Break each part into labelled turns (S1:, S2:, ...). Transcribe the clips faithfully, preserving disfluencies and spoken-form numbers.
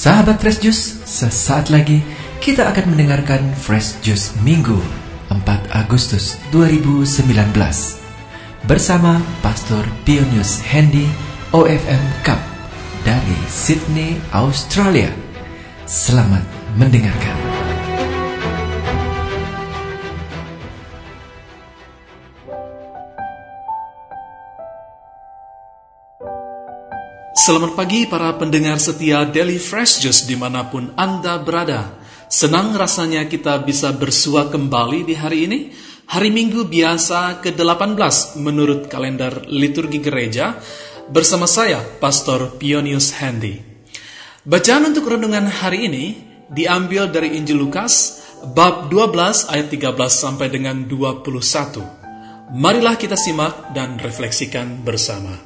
S1: Sahabat Fresh Juice, sesaat lagi kita akan mendengarkan Fresh Juice Minggu empat Agustus dua ribu sembilan belas bersama Pastor Pionius Hendy O F M Cup dari Sydney, Australia. Selamat mendengarkan.
S2: Selamat pagi para pendengar setia Daily Fresh Juice dimanapun Anda berada. Senang rasanya kita bisa bersua kembali di hari ini, hari Minggu biasa ke delapan belas menurut kalender liturgi gereja, bersama saya, Pastor Pionius Hendy. Bacaan untuk renungan hari ini diambil dari Injil Lukas, bab dua belas ayat tiga belas sampai dengan dua puluh satu. Marilah kita simak dan refleksikan bersama.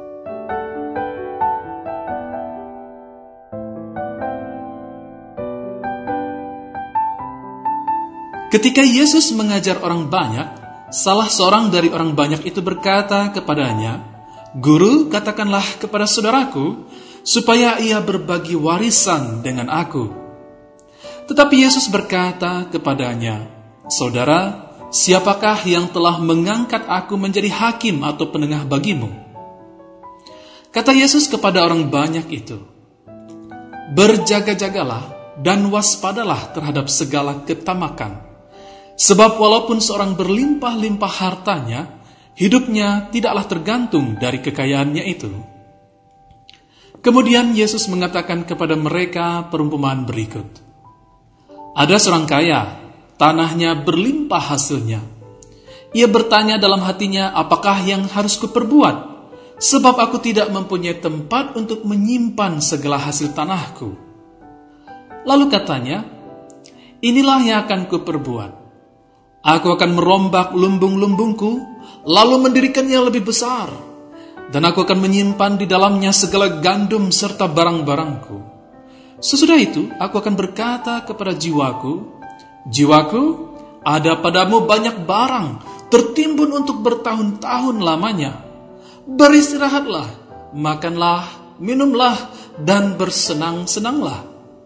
S2: Ketika Yesus mengajar orang banyak, salah seorang dari orang banyak itu berkata kepadanya, "Guru, katakanlah kepada saudaraku, supaya ia berbagi warisan dengan aku." Tetapi Yesus berkata kepadanya, "Saudara, siapakah yang telah mengangkat aku menjadi hakim atau penengah bagimu?" Kata Yesus kepada orang banyak itu, "Berjaga-jagalah dan waspadalah terhadap segala ketamakan. Sebab walaupun seorang berlimpah-limpah hartanya, hidupnya tidaklah tergantung dari kekayaannya itu." Kemudian Yesus mengatakan kepada mereka perumpamaan berikut. Ada seorang kaya, tanahnya berlimpah hasilnya. Ia bertanya dalam hatinya, "Apakah yang harus kuperbuat? Sebab aku tidak mempunyai tempat untuk menyimpan segala hasil tanahku." Lalu katanya, "Inilah yang akan kuperbuat. Aku akan merombak lumbung-lumbungku, lalu mendirikannya lebih besar, dan aku akan menyimpan di dalamnya segala gandum serta barang-barangku. Sesudah itu, aku akan berkata kepada jiwaku, Jiwaku, ada padamu banyak barang, tertimbun untuk bertahun-tahun lamanya. Beristirahatlah, makanlah, minumlah, dan bersenang-senanglah."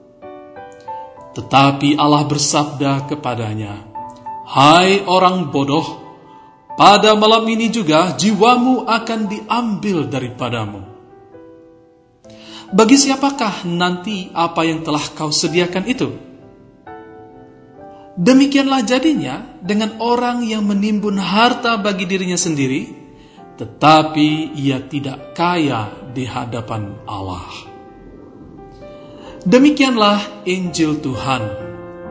S2: Tetapi Allah bersabda kepadanya, "Hai orang bodoh, pada malam ini juga jiwamu akan diambil daripadamu. Bagi siapakah nanti apa yang telah kau sediakan itu?" Demikianlah jadinya dengan orang yang menimbun harta bagi dirinya sendiri, tetapi ia tidak kaya di hadapan Allah. Demikianlah Injil Tuhan.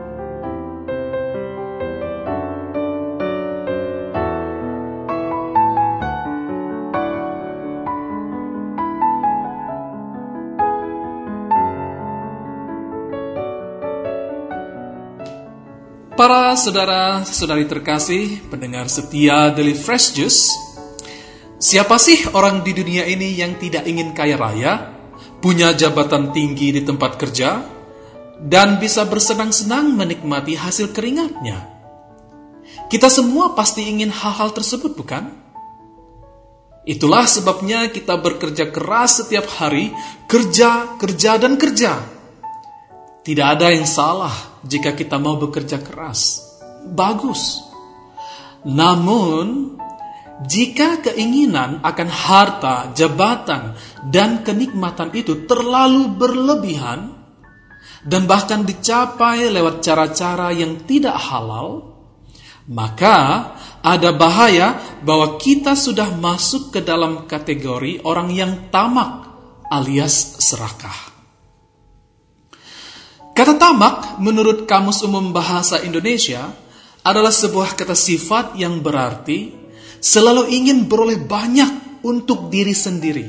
S2: Para saudara-saudari terkasih, pendengar setia Daily Fresh Juice, siapa sih orang di dunia ini yang tidak ingin kaya raya, punya jabatan tinggi di tempat kerja, dan bisa bersenang-senang menikmati hasil keringatnya? Kita semua pasti ingin hal-hal tersebut, bukan? Itulah sebabnya kita bekerja keras setiap hari, kerja, kerja, dan kerja. Tidak ada yang salah jika kita mau bekerja keras. Bagus. Namun, jika keinginan akan harta, jabatan, dan kenikmatan itu terlalu berlebihan, dan bahkan dicapai lewat cara-cara yang tidak halal, maka ada bahaya bahwa kita sudah masuk ke dalam kategori orang yang tamak alias serakah. Kata tamak menurut Kamus Umum Bahasa Indonesia adalah sebuah kata sifat yang berarti selalu ingin beroleh banyak untuk diri sendiri.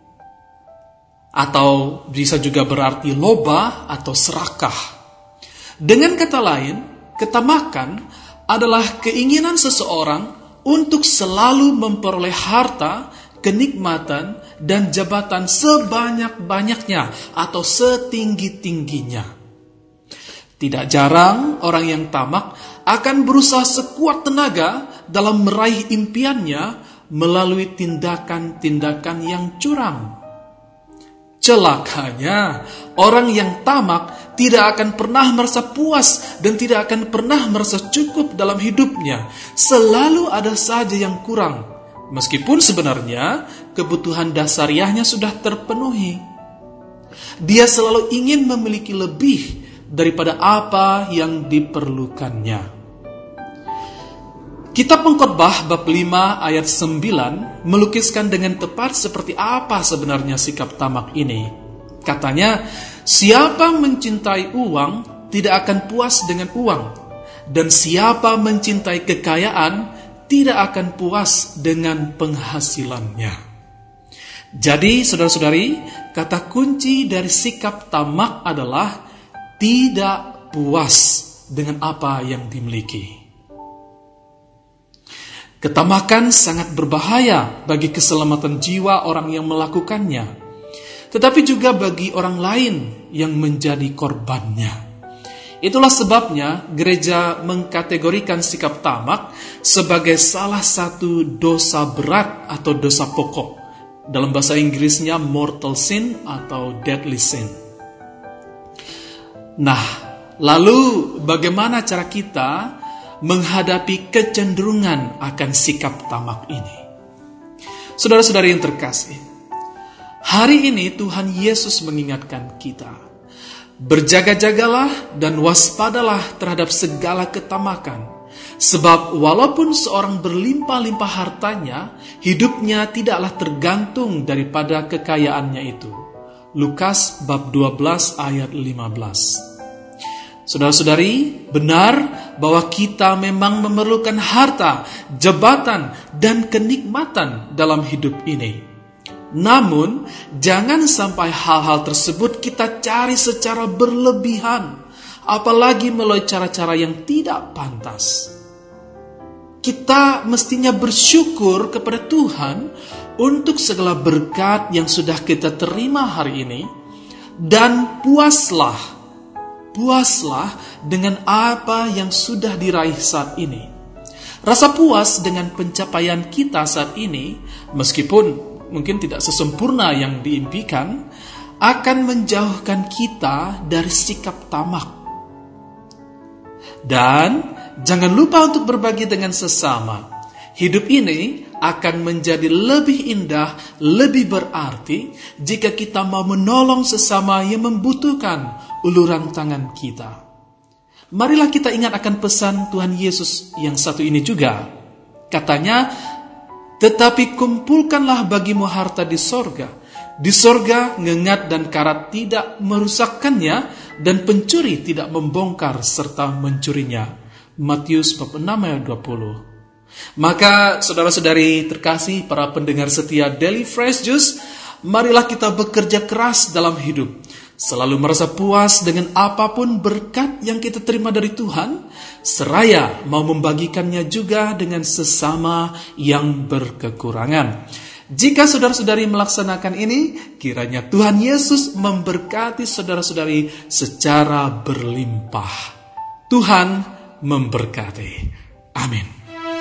S2: Atau bisa juga berarti loba atau serakah. Dengan kata lain, ketamakan adalah keinginan seseorang untuk selalu memperoleh harta, kenikmatan, dan jabatan sebanyak-banyaknya atau setinggi-tingginya. Tidak jarang orang yang tamak akan berusaha sekuat tenaga dalam meraih impiannya melalui tindakan-tindakan yang curang. Celakanya, orang yang tamak tidak akan pernah merasa puas dan tidak akan pernah merasa cukup dalam hidupnya. Selalu ada saja yang kurang, meskipun sebenarnya kebutuhan dasariahnya sudah terpenuhi. Dia selalu ingin memiliki lebih daripada apa yang diperlukannya. Kitab Pengkhotbah bab lima ayat sembilan melukiskan dengan tepat seperti apa sebenarnya sikap tamak ini. Katanya, siapa mencintai uang tidak akan puas dengan uang, dan siapa mencintai kekayaan tidak akan puas dengan penghasilannya. Jadi, saudara-saudari, kata kunci dari sikap tamak adalah tidak puas dengan apa yang dimiliki. Ketamakan sangat berbahaya bagi keselamatan jiwa orang yang melakukannya, tetapi juga bagi orang lain yang menjadi korbannya. Itulah sebabnya gereja mengkategorikan sikap tamak sebagai salah satu dosa berat atau dosa pokok. Dalam bahasa Inggrisnya mortal sin atau deadly sin. Nah, lalu bagaimana cara kita menghadapi kecenderungan akan sikap tamak ini? Saudara-saudari yang terkasih, hari ini Tuhan Yesus mengingatkan kita, berjaga-jagalah dan waspadalah terhadap segala ketamakan, sebab walaupun seorang berlimpah-limpah hartanya, hidupnya tidaklah tergantung daripada kekayaannya itu. Lukas bab dua belas ayat lima belas. Saudara-saudari, benar bahwa kita memang memerlukan harta, jabatan, dan kenikmatan dalam hidup ini. Namun, jangan sampai hal-hal tersebut kita cari secara berlebihan, apalagi melalui cara-cara yang tidak pantas. Kita mestinya bersyukur kepada Tuhan untuk segala berkat yang sudah kita terima hari ini, dan puaslah Puaslah dengan apa yang sudah diraih saat ini. Rasa puas dengan pencapaian kita saat ini, meskipun mungkin tidak sesempurna yang diimpikan, akan menjauhkan kita dari sikap tamak. Dan jangan lupa untuk berbagi dengan sesama. Hidup ini akan menjadi lebih indah, lebih berarti jika kita mau menolong sesama yang membutuhkan uluran tangan kita. Marilah kita ingat akan pesan Tuhan Yesus yang satu ini juga. Katanya, tetapi kumpulkanlah bagimu harta di sorga. Di sorga ngengat dan karat tidak merusakkannya, dan pencuri tidak membongkar serta mencurinya. Matius bab enam ayat dua puluh. Maka saudara-saudari terkasih, para pendengar setia Daily Fresh Juice, marilah kita bekerja keras dalam hidup, selalu merasa puas dengan apapun berkat yang kita terima dari Tuhan, seraya mau membagikannya juga dengan sesama yang berkekurangan. Jika saudara-saudari melaksanakan ini, kiranya Tuhan Yesus memberkati saudara-saudari secara berlimpah. Tuhan memberkati. Amin.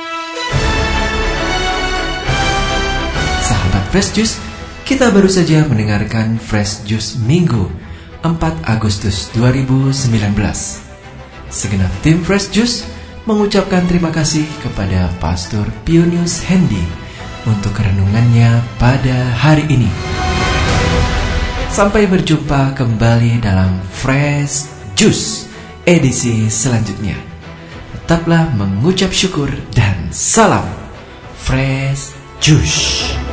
S1: Sahabat Fresh Juice, kita baru saja mendengarkan Fresh Juice Minggu empat Agustus dua ribu sembilan belas. Segenap tim Fresh Juice mengucapkan terima kasih kepada Pastor Pionius Hendy untuk renungannya pada hari ini. Sampai berjumpa kembali dalam Fresh Juice edisi selanjutnya. Tetaplah mengucap syukur dan salam Fresh Juice.